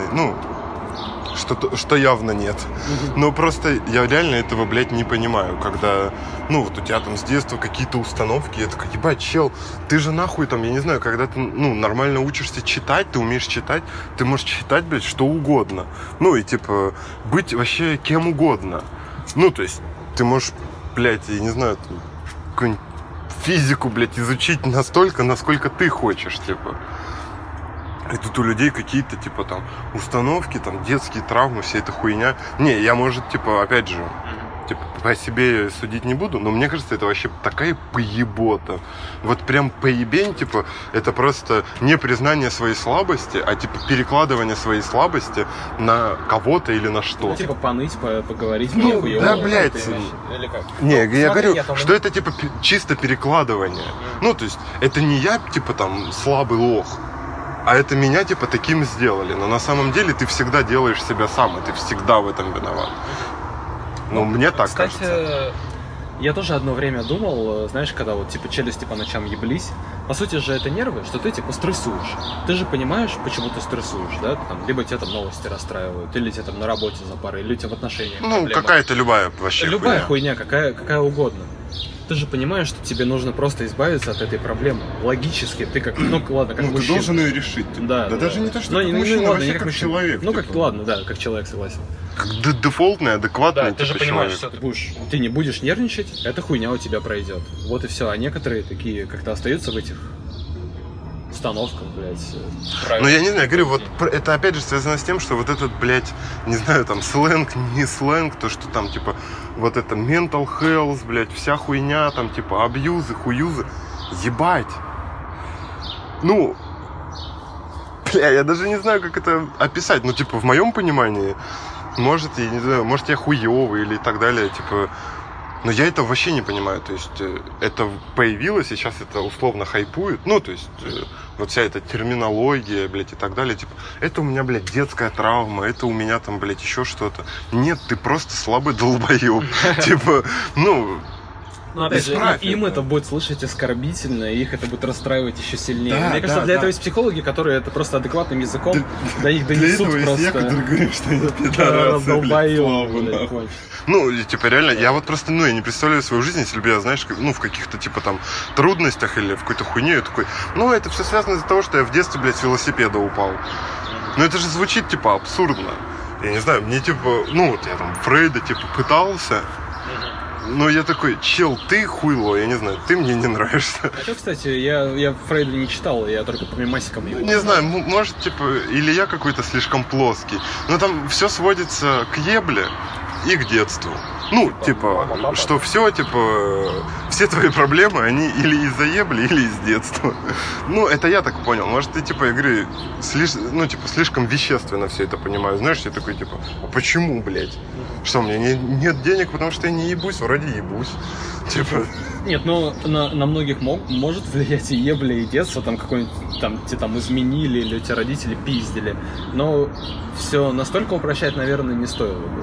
что явно нет. Но просто я реально этого, блядь, не понимаю, когда, у тебя там с детства какие-то установки, я такой, ебать, чел, ты же нахуй там, я не знаю, когда ты, нормально учишься читать, ты умеешь читать, ты можешь читать, блядь, что угодно. И, быть вообще кем угодно. То есть, ты можешь, блядь, я не знаю, какую-нибудь физику, блядь, изучить настолько, насколько ты хочешь, И тут у людей какие-то, там, установки, там, детские травмы, вся эта хуйня. Не, я, может, опять же, по себе судить не буду, но мне кажется, это вообще такая поебота. Прям поебень, это просто не признание своей слабости, а, перекладывание своей слабости на кого-то или на что-то. Поныть, поговорить. Да, блядь. Или как? Не, я говорю, что это, чисто перекладывание. То есть, это не я, там, слабый лох. А это меня, таким сделали. Но на самом деле ты всегда делаешь себя сам, и ты всегда в этом виноват. Мне так кажется. Кстати, я тоже одно время думал, знаешь, когда челюсти по ночам еблись. По сути же это нервы, что ты, стрессуешь. Ты же понимаешь, почему ты стрессуешь, да? Либо тебя там новости расстраивают, или тебя там на работе запары, или у тебя в отношениях проблемы. Какая-то любая вообще любая хуйня, какая угодно. Ты же понимаешь, что тебе нужно просто избавиться от этой проблемы. Логически, ты как, ладно, как мужчина. Ты должен ее решить. Да. Даже не то, что как мужчина, вообще как человек. Ладно, да, как человек, согласен. Как дефолтный, адекватный, ты же понимаешь, что ты не будешь нервничать, эта хуйня у тебя пройдет. Вот и все. А некоторые такие как-то остаются в этих установках, блядь. Я не знаю, говорю, это опять же связано с тем, что этот, блядь, не знаю, там, сленг, не сленг, то, что там, это mental health, блядь, вся хуйня, там, абьюзы, хуюзы. Ебать. Я даже не знаю, как это описать. В моем понимании, может, я не знаю, может, я хуёвый или так далее, но я это вообще не понимаю. То есть, это появилось, и сейчас это условно хайпует. То есть, вся эта терминология, блядь, и так далее. Это у меня, блядь, детская травма, это у меня там, блядь, еще что-то. Нет, ты просто слабый долбоёб. Опять же, им это будет слышать оскорбительно, и их это будет расстраивать еще сильнее. Мне кажется, для этого есть психологи, которые это просто адекватным языком до них донесут просто. Для этого есть я, который говорит, что они пидорасы, блядь, реально, я просто, я не представляю свою жизнь, если бы я, знаешь, в каких-то, там, трудностях или в какой-то хуйне, я такой, это все связано из-за того, что я в детстве, блядь, с велосипеда упал. Это же звучит, абсурдно. Я не знаю, мне, я там Фрейда, пытался. Но я такой, чел, ты хуйло, я не знаю, ты мне не нравишься. А что, кстати, я Фрейда не читал, я только по мемасикам его. Не знаю, может, или я какой-то слишком плоский. Но там все сводится к ебле. и к детству. Ну, типа, что все, типа, все твои проблемы, они или из-за ебли, или из детства. Ну, это я так понял. Может, ты, типа, я говорю, слишком вещественно все это понимаю. Знаешь, я такой, типа, а почему, блядь? Что, у меня нет денег, потому что я не ебусь? Вроде ебусь. Типа... Нет, ну, на многих может влиять и ебля, и детство, там, какой-нибудь, там, тебе там изменили, или у тебя родители пиздили. Но все настолько упрощать, наверное, не стоило бы.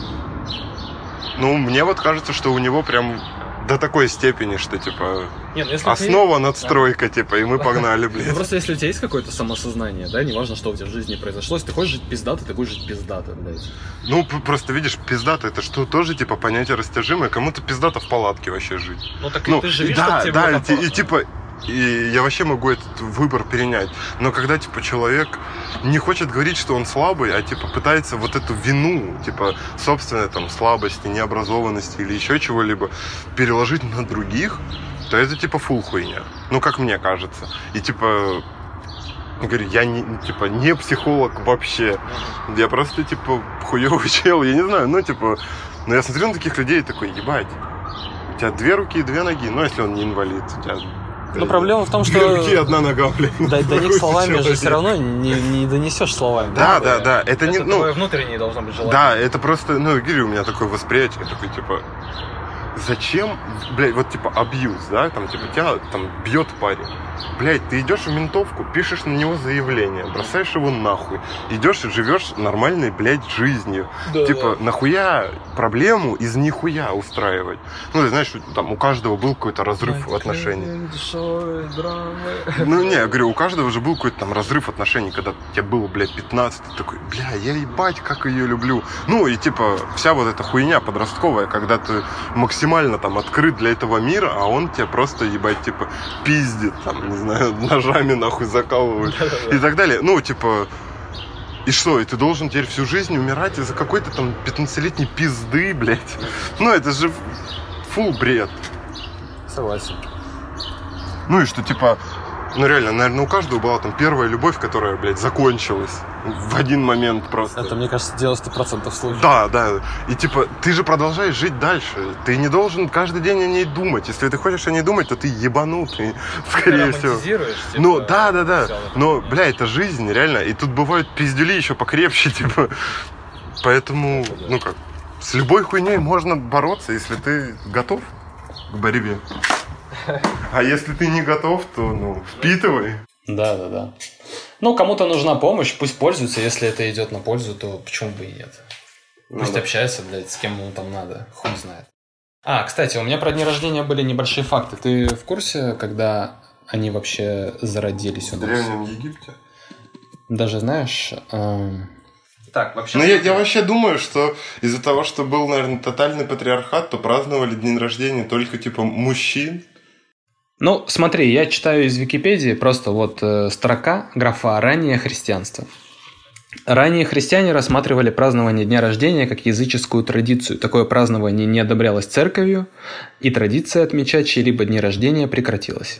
Ну, мне вот кажется, что у него прям до такой степени, что, типа, нет, если основа надстройка, типа, и мы погнали, блин. Ну, просто если у тебя есть какое-то самосознание, да, неважно, что у тебя в жизни произошло, если ты хочешь жить пиздато, ты будешь жить пиздато, блядь. Ну, просто видишь, пиздато, это что, тоже, типа, понятие растяжимое, кому-то пиздато в палатке вообще жить. Ну, так и ты же видишь, да, тебе да, и типа... И я вообще могу этот выбор перенять. Но когда, типа, человек не хочет говорить, что он слабый, а, типа, пытается вот эту вину, типа, собственной, там, слабости, необразованности или еще чего-либо переложить на других, то это, типа, фул хуйня. Ну, как мне кажется. И, типа, говорю, я не психолог вообще. Я просто, типа, хуёвый чел, я не знаю, ну, типа... Но я смотрю на таких людей и такой, ебать, у тебя 2 руки и 2 ноги. Ну, если он не инвалид, у тебя... Но проблема в том, что... 2 руки, 1 нога, блин. До них словами же все равно не донесешь словами. Да. Это не... Твое внутреннее должно быть желание. Да, это просто... Ну, говорю, у меня такое восприятие. Я такой, типа... Зачем, блядь, вот типа абьюз, да, там типа тебя там бьет парень. Блядь, ты идешь в ментовку, пишешь на него заявление, бросаешь его нахуй, идешь и живешь нормальной, блядь, жизнью. Да, типа, нахуя проблему из нихуя устраивать? Ну, ты знаешь, там у каждого был какой-то разрыв в отношениях. Ну, не, я говорю, у каждого же был какой-то там разрыв отношений, когда тебе было, блядь, 15, ты такой, бля, я ебать, как ее люблю. Ну, и типа, вся вот эта хуйня подростковая, когда ты максимально там открыт для этого мира, а он тебя просто, ебать, типа, пиздит, там, не знаю, ножами нахуй закалывает и так далее. Ну, типа, и что, и ты должен теперь всю жизнь умирать из-за какой-то там 15-летней пизды, блядь. Ну, это же фул бред. Согласен. Ну, и что, типа, ну, реально, наверное, у каждого была там первая любовь, которая, блядь, закончилась в один момент просто. Это, мне кажется, 90% случаев. Да. И, типа, ты же продолжаешь жить дальше. Ты не должен каждый день о ней думать. Если ты хочешь о ней думать, то ты ебанутый, скорее всего. Типа, ну, да. Но, бля, это жизнь, реально. И тут бывают пиздюли еще покрепче, типа. Поэтому, ну как, с любой хуйней можно бороться, если ты готов к борьбе. А если ты не готов, то, ну, впитывай. Да. Ну, кому-то нужна помощь, пусть пользуется. Если это идет на пользу, то почему бы и нет? Пусть общается, блядь, с кем ему там надо. Хуй знает. Кстати, у меня про дни рождения были небольшие факты. Ты в курсе, когда они вообще зародились у нас? В Древнем Египте? Даже, знаешь... Так, вообще... Ну, я вообще думаю, что из-за того, что был, наверное, тотальный патриархат, то праздновали день рождения только, типа, мужчин. Ну, смотри, я читаю из Википедии просто вот строка, графа «Раннее христианство». Ранние христиане рассматривали празднование дня рождения как языческую традицию. Такое празднование не одобрялось церковью, и традиция отмечать чьи-либо дни рождения прекратилась.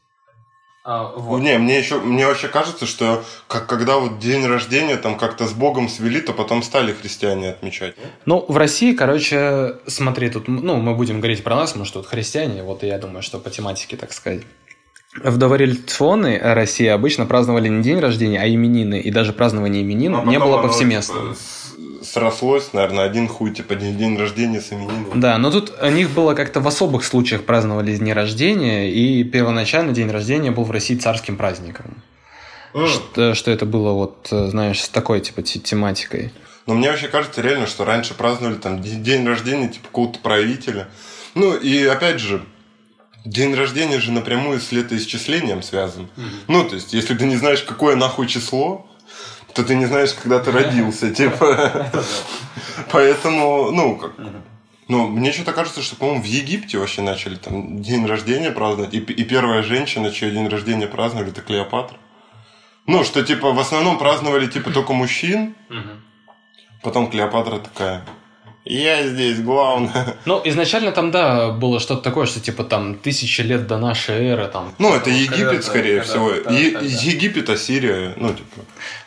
Вот. Не, мне вообще кажется, что когда вот день рождения там как-то с Богом свели, то потом стали христиане отмечать. Ну, в России, короче, смотри, тут, ну, мы будем говорить про нас, мы что тут христиане, вот и я думаю, что по тематике, так сказать. В дореволюционной России обычно праздновали не день рождения, а именины, и даже празднование именин не было повсеместным. Типа, срослось, наверное, один хуй, типа день рождения с именином. Да, но тут у них было как-то в особых случаях праздновали дни рождения, и первоначально день рождения был в России царским праздником. Что это было вот, знаешь, с такой типа тематикой. Но мне вообще кажется реально, что раньше праздновали там день рождения типа какого-то правителя. Ну и опять же, день рождения же напрямую с летоисчислением связан. Ну, то есть, если ты не знаешь, какое нахуй число, то ты не знаешь, когда ты родился, типа. Поэтому, ну, как... Ну, мне что-то кажется, что, по-моему, в Египте вообще начали там день рождения праздновать. И первая женщина, чей день рождения праздновали, это Клеопатра. Ну, что, типа, в основном праздновали, типа, только мужчин. Потом Клеопатра такая... Я здесь главное. Ну, изначально там, да, было что-то такое, что типа там 1000 лет до нашей эры. Там, ну, это Египет, скорее всего. Египет, Ассирия, ну, типа.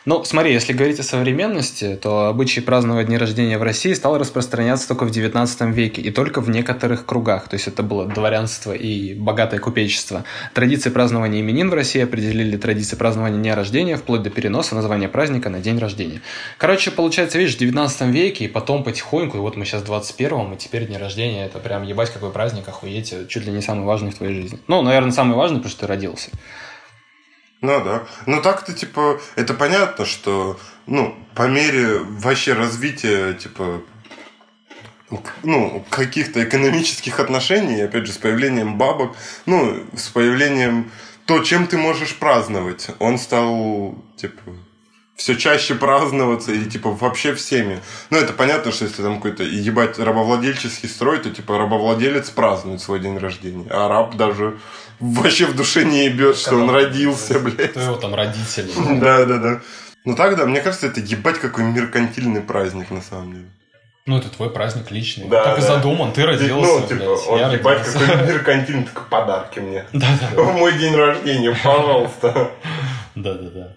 Ну, смотри, если говорить о современности, то обычай праздновать дни рождения в России стал распространяться только в XIX веке и только в некоторых кругах. То есть это было дворянство и богатое купечество. Традиции празднования именин в России определили традиции празднования дня рождения вплоть до переноса названия праздника на день рождения. Короче, получается, видишь, в XIX веке и потом потихоньку, и вот мы сейчас в 21-м, и теперь день рождения, это прям ебать какой праздник, охуеть, чуть ли не самый важный в твоей жизни. Ну, наверное, самый важный, потому что ты родился. Ну да. Ну так-то, типа, это понятно, что, ну, по мере вообще развития, типа, ну, каких-то экономических отношений, опять же, с появлением бабок, ну, с появлением то, чем ты можешь праздновать, он стал, типа, все чаще праздноваться и, типа, вообще всеми. Ну, это понятно, что если там какой-то, ебать, рабовладельческий строй, то, типа, рабовладелец празднует свой день рождения, а раб даже вообще в душе не ебет, что он родился, блядь. Кто его там родители. Да. Ну так, да, мне кажется, это ебать какой меркантильный праздник, на самом деле. Ну, это твой праздник личный. Да, так и задуман, ты родился, ну, типа, блядь, он я ебать родился. какой меркантильный, только подарки мне. Да. В мой день рождения, пожалуйста. Да.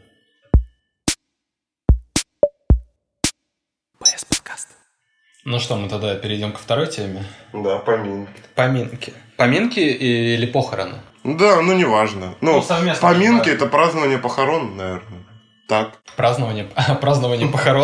Ну что, мы тогда перейдем ко второй теме. Да, поминки. Поминки или похороны? Да, ну неважно. Ну, совместно. поминки Да. это празднование похорон, наверное. Так. Празднование похорон.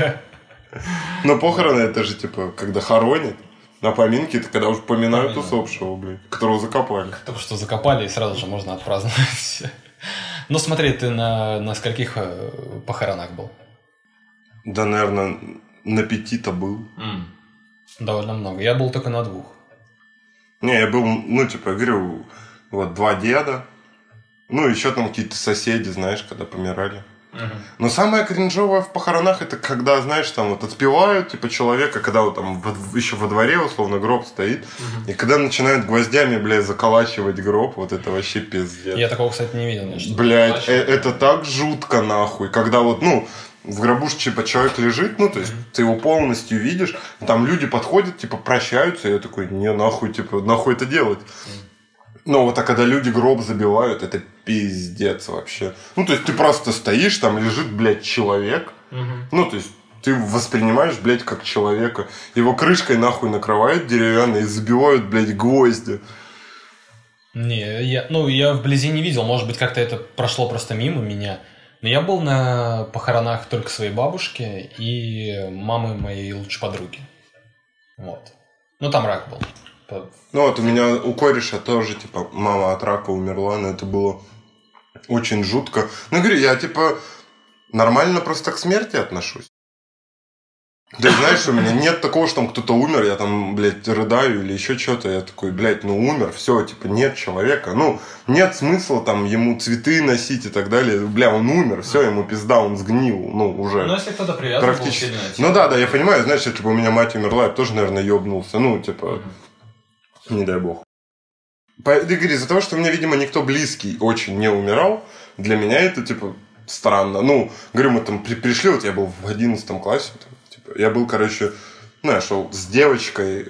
Но похороны это же типа, когда хоронят. А поминки это когда уже поминают усопшего, блядь, которого закопали. Потому что закопали, и сразу же можно отпраздновать. Ну смотри, ты на скольких похоронах был? Да, наверное, на 5 был. Довольно много. Я был только на 2. Не, я был, ну, типа, я говорю, вот 2 деда. Ну, еще там какие-то соседи, знаешь, когда помирали. Но самое кринжовое в похоронах это когда, знаешь, там вот отпевают, типа, человека, когда вот там еще во дворе, условно, гроб стоит, и когда начинают гвоздями, блядь, заколачивать гроб, вот это вообще пиздец. Я такого, кстати, не видел. Блядь, это так жутко, нахуй. Когда вот, ну, в гробу типа человек лежит, ну, то есть ты его полностью видишь, там люди подходят, типа, прощаются, и я такой, не, нахуй, типа, нахуй это делать. Ну, вот, а когда люди гроб забивают, это пиздец вообще. Ну, то есть ты просто стоишь, там лежит, блядь, человек, ну, то есть ты воспринимаешь, блядь, как человека. Его крышкой, нахуй, накрывают деревянной и забивают, блядь, гвозди. Не, я вблизи не видел, может быть, как-то это прошло просто мимо меня. Но я был на похоронах только своей бабушки и мамы моей лучшей подруги. Вот. Ну, там рак был. Ну, вот у кореша тоже, типа, мама от рака умерла, но это было очень жутко. Ну, говорю, я, типа, нормально просто к смерти отношусь. Ты знаешь, у меня нет такого, что там кто-то умер, я там, блядь, рыдаю или еще что-то. Я такой, блядь, ну умер, все, типа, нет человека. Ну, нет смысла там ему цветы носить и так далее. Бля, он умер, все, ему пизда, он сгнил, ну, уже. Ну, если кто-то привязан был сильно. Ну да, я понимаю, знаешь, если бы у меня мать умерла, я бы тоже, наверное, ёбнулся. Ну, типа, не дай бог. Ты говоришь, из-за того, что у меня, видимо, никто близкий очень не умирал, для меня это, типа, странно. Ну, говорю, мы там пришли, вот я был в 11 классе, я был, короче, ну, я шел с девочкой,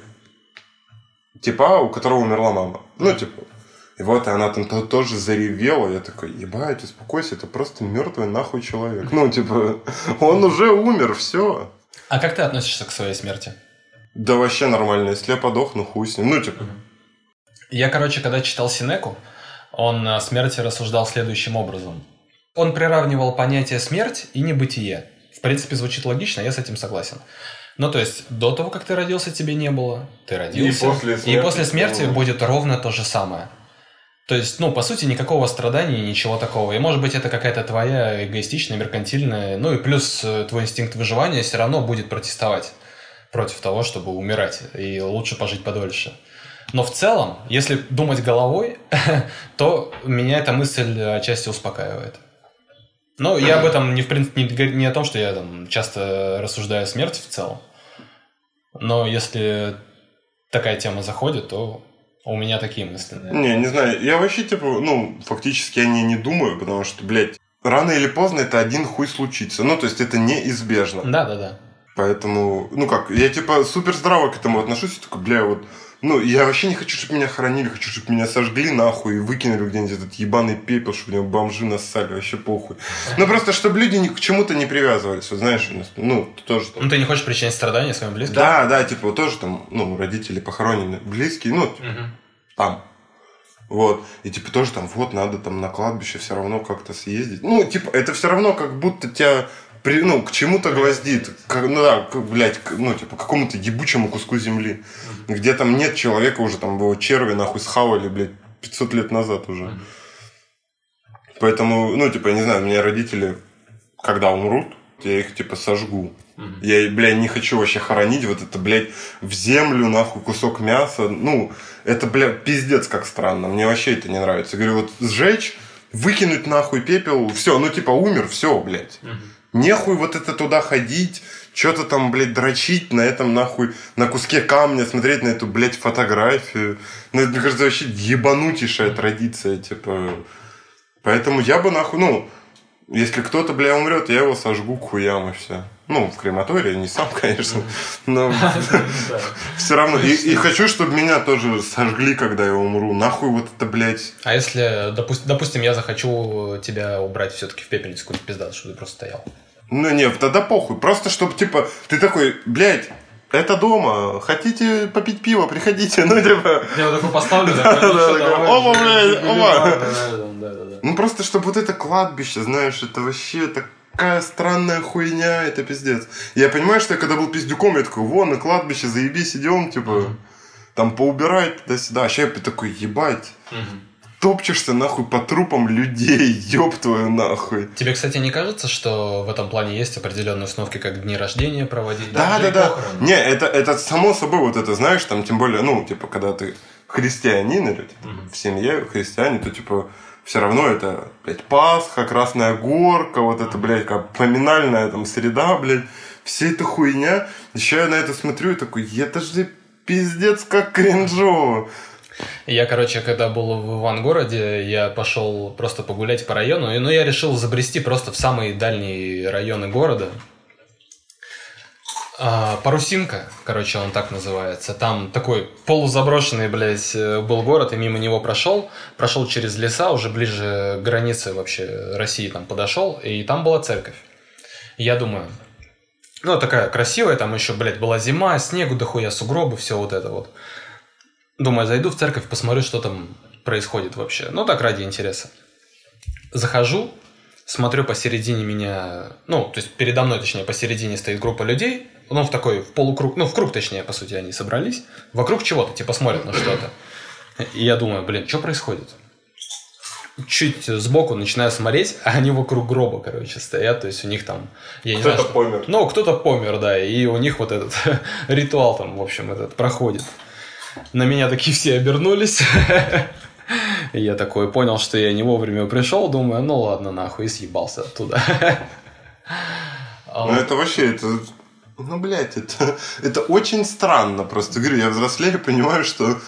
типа, у которого умерла мама. Ну, типа, и вот, и она там тоже заревела. Я такой, ебать, успокойся, это просто мертвый нахуй человек. Ну, типа, он уже умер, все. А как ты относишься к своей смерти? Да вообще нормально, если я подохну, хуй с ним. Ну, типа. Я, короче, когда читал Сенеку, он о смерти рассуждал следующим образом. Он приравнивал понятие смерть и небытие. В принципе, звучит логично, я с этим согласен. Ну, то есть, до того, как ты родился, тебе не было. Ты родился. И после смерти будет ровно то же самое. То есть, ну, по сути, никакого страдания, ничего такого. И, может быть, это какая-то твоя эгоистичная, меркантильная... Ну, и плюс твой инстинкт выживания все равно будет протестовать против того, чтобы умирать. И лучше пожить подольше. Но в целом, если думать головой, то меня эта мысль отчасти успокаивает. Ну, я об этом не о том, что я там часто рассуждаю о смерти в целом. Но если такая тема заходит, то у меня такие мысли. Не знаю. Я вообще, типа, ну, фактически о ней не думаю, потому что, блядь, рано или поздно это один хуй случится. Ну, то есть, это неизбежно. Да. Поэтому, ну как, я, типа, супер здраво к этому отношусь. И такой, бля, вот Ну, я вообще не хочу, чтобы меня хоронили, хочу, чтобы меня сожгли нахуй и выкинули где-нибудь этот ебаный пепел, чтобы меня бомжи нассали, вообще похуй. Ну, просто, чтобы люди ни к чему-то не привязывались, вот знаешь, ну, тоже там... Ну, ты не хочешь причинить страдания своим близким? Да, типа, вот тоже там, ну, родители похоронены, близкие, ну, там. Вот. И типа тоже там, вот, надо там на кладбище все равно как-то съездить. Ну, типа, это все равно как будто тебя... Ну, к чему-то гвоздит. Ну да, блядь, ну, типа, к какому-то ебучему куску земли. Где там нет человека уже, там его черви нахуй схавали, блядь, 500 лет назад уже. Поэтому, ну, типа, я не знаю, у меня родители, когда умрут, я их, типа, сожгу. Я, блядь, не хочу вообще хоронить вот это, блядь, в землю, нахуй, кусок мяса. Ну, это, блядь, пиздец как странно. Мне вообще это не нравится. Я говорю, вот сжечь, выкинуть нахуй пепел, все, ну, типа, умер, все, блядь. Нехуй вот это туда ходить, что-то там, блядь, дрочить на этом, нахуй, на куске камня, смотреть на эту, блядь, фотографию. Ну, это, мне кажется, вообще ебанутейшая традиция, типа. Поэтому я бы, нахуй, ну, если кто-то, бля, умрет, я его сожгу к хуям и все. Ну, в крематории, не сам, конечно, но все равно. И хочу, чтобы меня тоже сожгли, когда я умру. Нахуй вот это, блядь. А если, допустим, я захочу тебя убрать все-таки в пепельницу, какую-то пиздату, чтобы ты просто стоял? Ну, нет, тогда похуй. Просто, чтобы, типа, ты такой, блядь, это дома. Хотите попить пиво, приходите. Ну, типа... Я вот такой поставлю, такой, оба, блядь, оба. Ну, просто, чтобы вот это кладбище, знаешь, это вообще такая странная хуйня, это пиздец. Я понимаю, что я когда был пиздюком, я такой, вон, на кладбище, заебись, идем, типа, там поубирать туда-сюда. А сейчас я такой, ебать. Топчешься нахуй по трупам людей, ёб твою нахуй. Тебе, кстати, не кажется, что в этом плане есть определенные установки, как дни рождения проводить? Да. Не, это само собой, вот это, знаешь, там, тем более, ну, типа, когда ты христианин или типа, в семье христиане, то, типа, все равно это, блядь, Пасха, Красная Горка, вот это, блядь, как поминальная там среда, блядь, вся эта хуйня. Еще я на это смотрю и такой, это же пиздец как кринжово. Я, короче, когда был в Ивангороде, я пошел просто погулять по району, но я решил забрести просто в самые дальние районы города. Парусинка, короче, он так называется. Там такой полузаброшенный, блядь, был город, и мимо него прошел через леса, уже ближе к границе вообще России там подошел, и там была церковь. И я думаю, ну, такая красивая, там еще, блядь, была зима, снегу дохуя, сугробы, все вот это вот. Думаю, зайду в церковь, посмотрю, что там происходит вообще. Ну, так, ради интереса. Захожу, смотрю посередине меня... Ну, то есть передо мной, точнее, посередине стоит группа людей. Ну, в такой, в полукруг... Ну, в круг, точнее, по сути, они собрались. Вокруг чего-то, типа, смотрят на что-то. И я думаю, блин, что происходит? Чуть сбоку начинаю смотреть, а они вокруг гроба, короче, стоят. То есть у них там... Кто-то помер. Ну, кто-то помер, да. И у них вот этот ритуал там, в общем, этот проходит. На меня такие все обернулись. И я такой понял, что я не вовремя пришел. Думаю, ну ладно, нахуй, и съебался оттуда. Ну это вообще, это... Ну, блядь, это очень странно. Просто, говорю, я взрослею, понимаю, что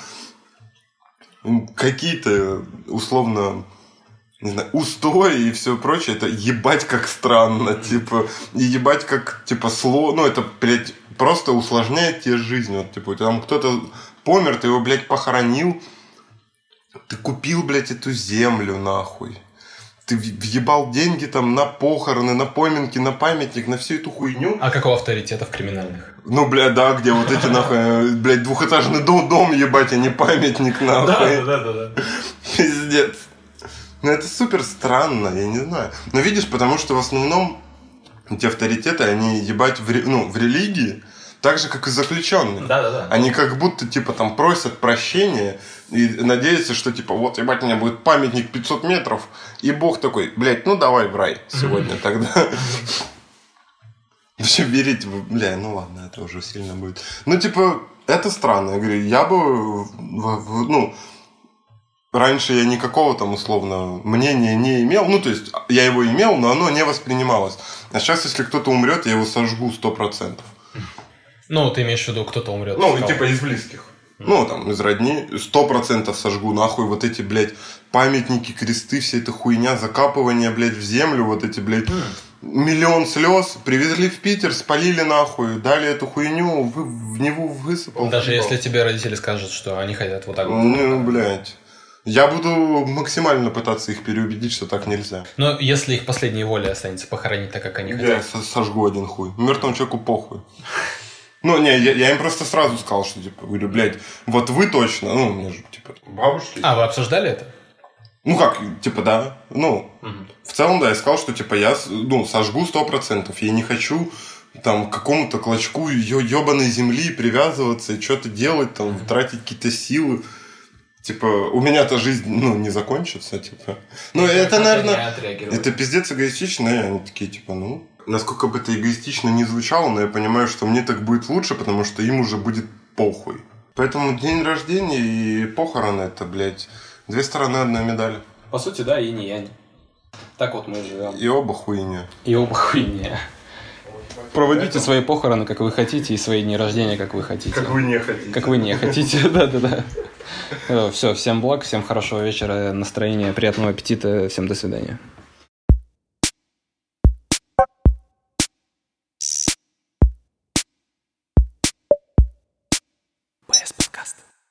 какие-то, условно, не знаю, устои и все прочее, это ебать как странно, типа, и ебать как, типа, ну, это, блядь, просто усложняет тебе жизнь. Вот, типа, там кто-то помер, ты его, блядь, похоронил, ты купил, блядь, эту землю, нахуй. Ты въебал деньги там на похороны, на поминки, на памятник, на всю эту хуйню. А какого авторитета в криминальных? Ну, блядь, да, где вот эти, нахуй, блядь, двухэтажный дом ебать, а не памятник, нахуй. Да. Пиздец. Ну, это супер странно, я не знаю. Но видишь, потому что в основном эти авторитеты, они ебать в религии, так же, как и заключенные. Да. Они как будто, типа, там просят прощения и надеются, что, типа, вот, ебать, у меня будет памятник 500 метров, и Бог такой, блядь, ну давай в рай сегодня тогда. Вообще верить, бля, ну ладно, это уже сильно будет. Ну, типа, это странно. Я говорю, я бы, ну, раньше я никакого там, условно, мнения не имел. Ну, то есть, я его имел, но оно не воспринималось. А сейчас, если кто-то умрет, я его сожгу 100%. Ну, ты имеешь в виду, кто-то умрет? Ну, типа из близких. Ну, там, из родни 100% сожгу нахуй вот эти, блядь, памятники, кресты, вся эта хуйня, закапывание, блядь, в землю, вот эти, блядь, миллион слез, привезли в Питер, спалили нахуй, дали эту хуйню, в него высыпал. Даже если тебе родители скажут, что они хотят вот так вот. Ну, блядь. Я буду максимально пытаться их переубедить, что так нельзя. Но если их последней волей останется похоронить так, как они хотят. Я сожгу один хуй. Мертвому человеку похуй. Ну, не, я им просто сразу сказал, что, типа, говорю, блядь, вот вы точно, ну, у меня же, типа, бабушки. А, вы обсуждали это? Ну, как, типа, да. Ну, в целом, да, я сказал, что, типа, я, ну, сожгу 100%. Я не хочу, там, к какому-то клочку ебаной земли привязываться и что-то делать, там, тратить какие-то силы. Типа, у меня-то жизнь, ну, не закончится, типа. Ну, это, наверное, это пиздец эгоистично, и они такие, типа, ну... Насколько бы это эгоистично не звучало, но я понимаю, что мне так будет лучше, потому что им уже будет похуй. Поэтому день рождения и похороны, это, блядь, две стороны одной медали. По сути, да, и не янь. Так вот мы живем. И оба хуйня. И оба хуйня. Проводите свои похороны, как вы хотите, и свои дни рождения, как вы хотите. Как вы не хотите. Как вы не хотите, да-да-да. Все, всем благ, всем хорошего вечера, настроения, приятного аппетита, всем до свидания. PS Podcast.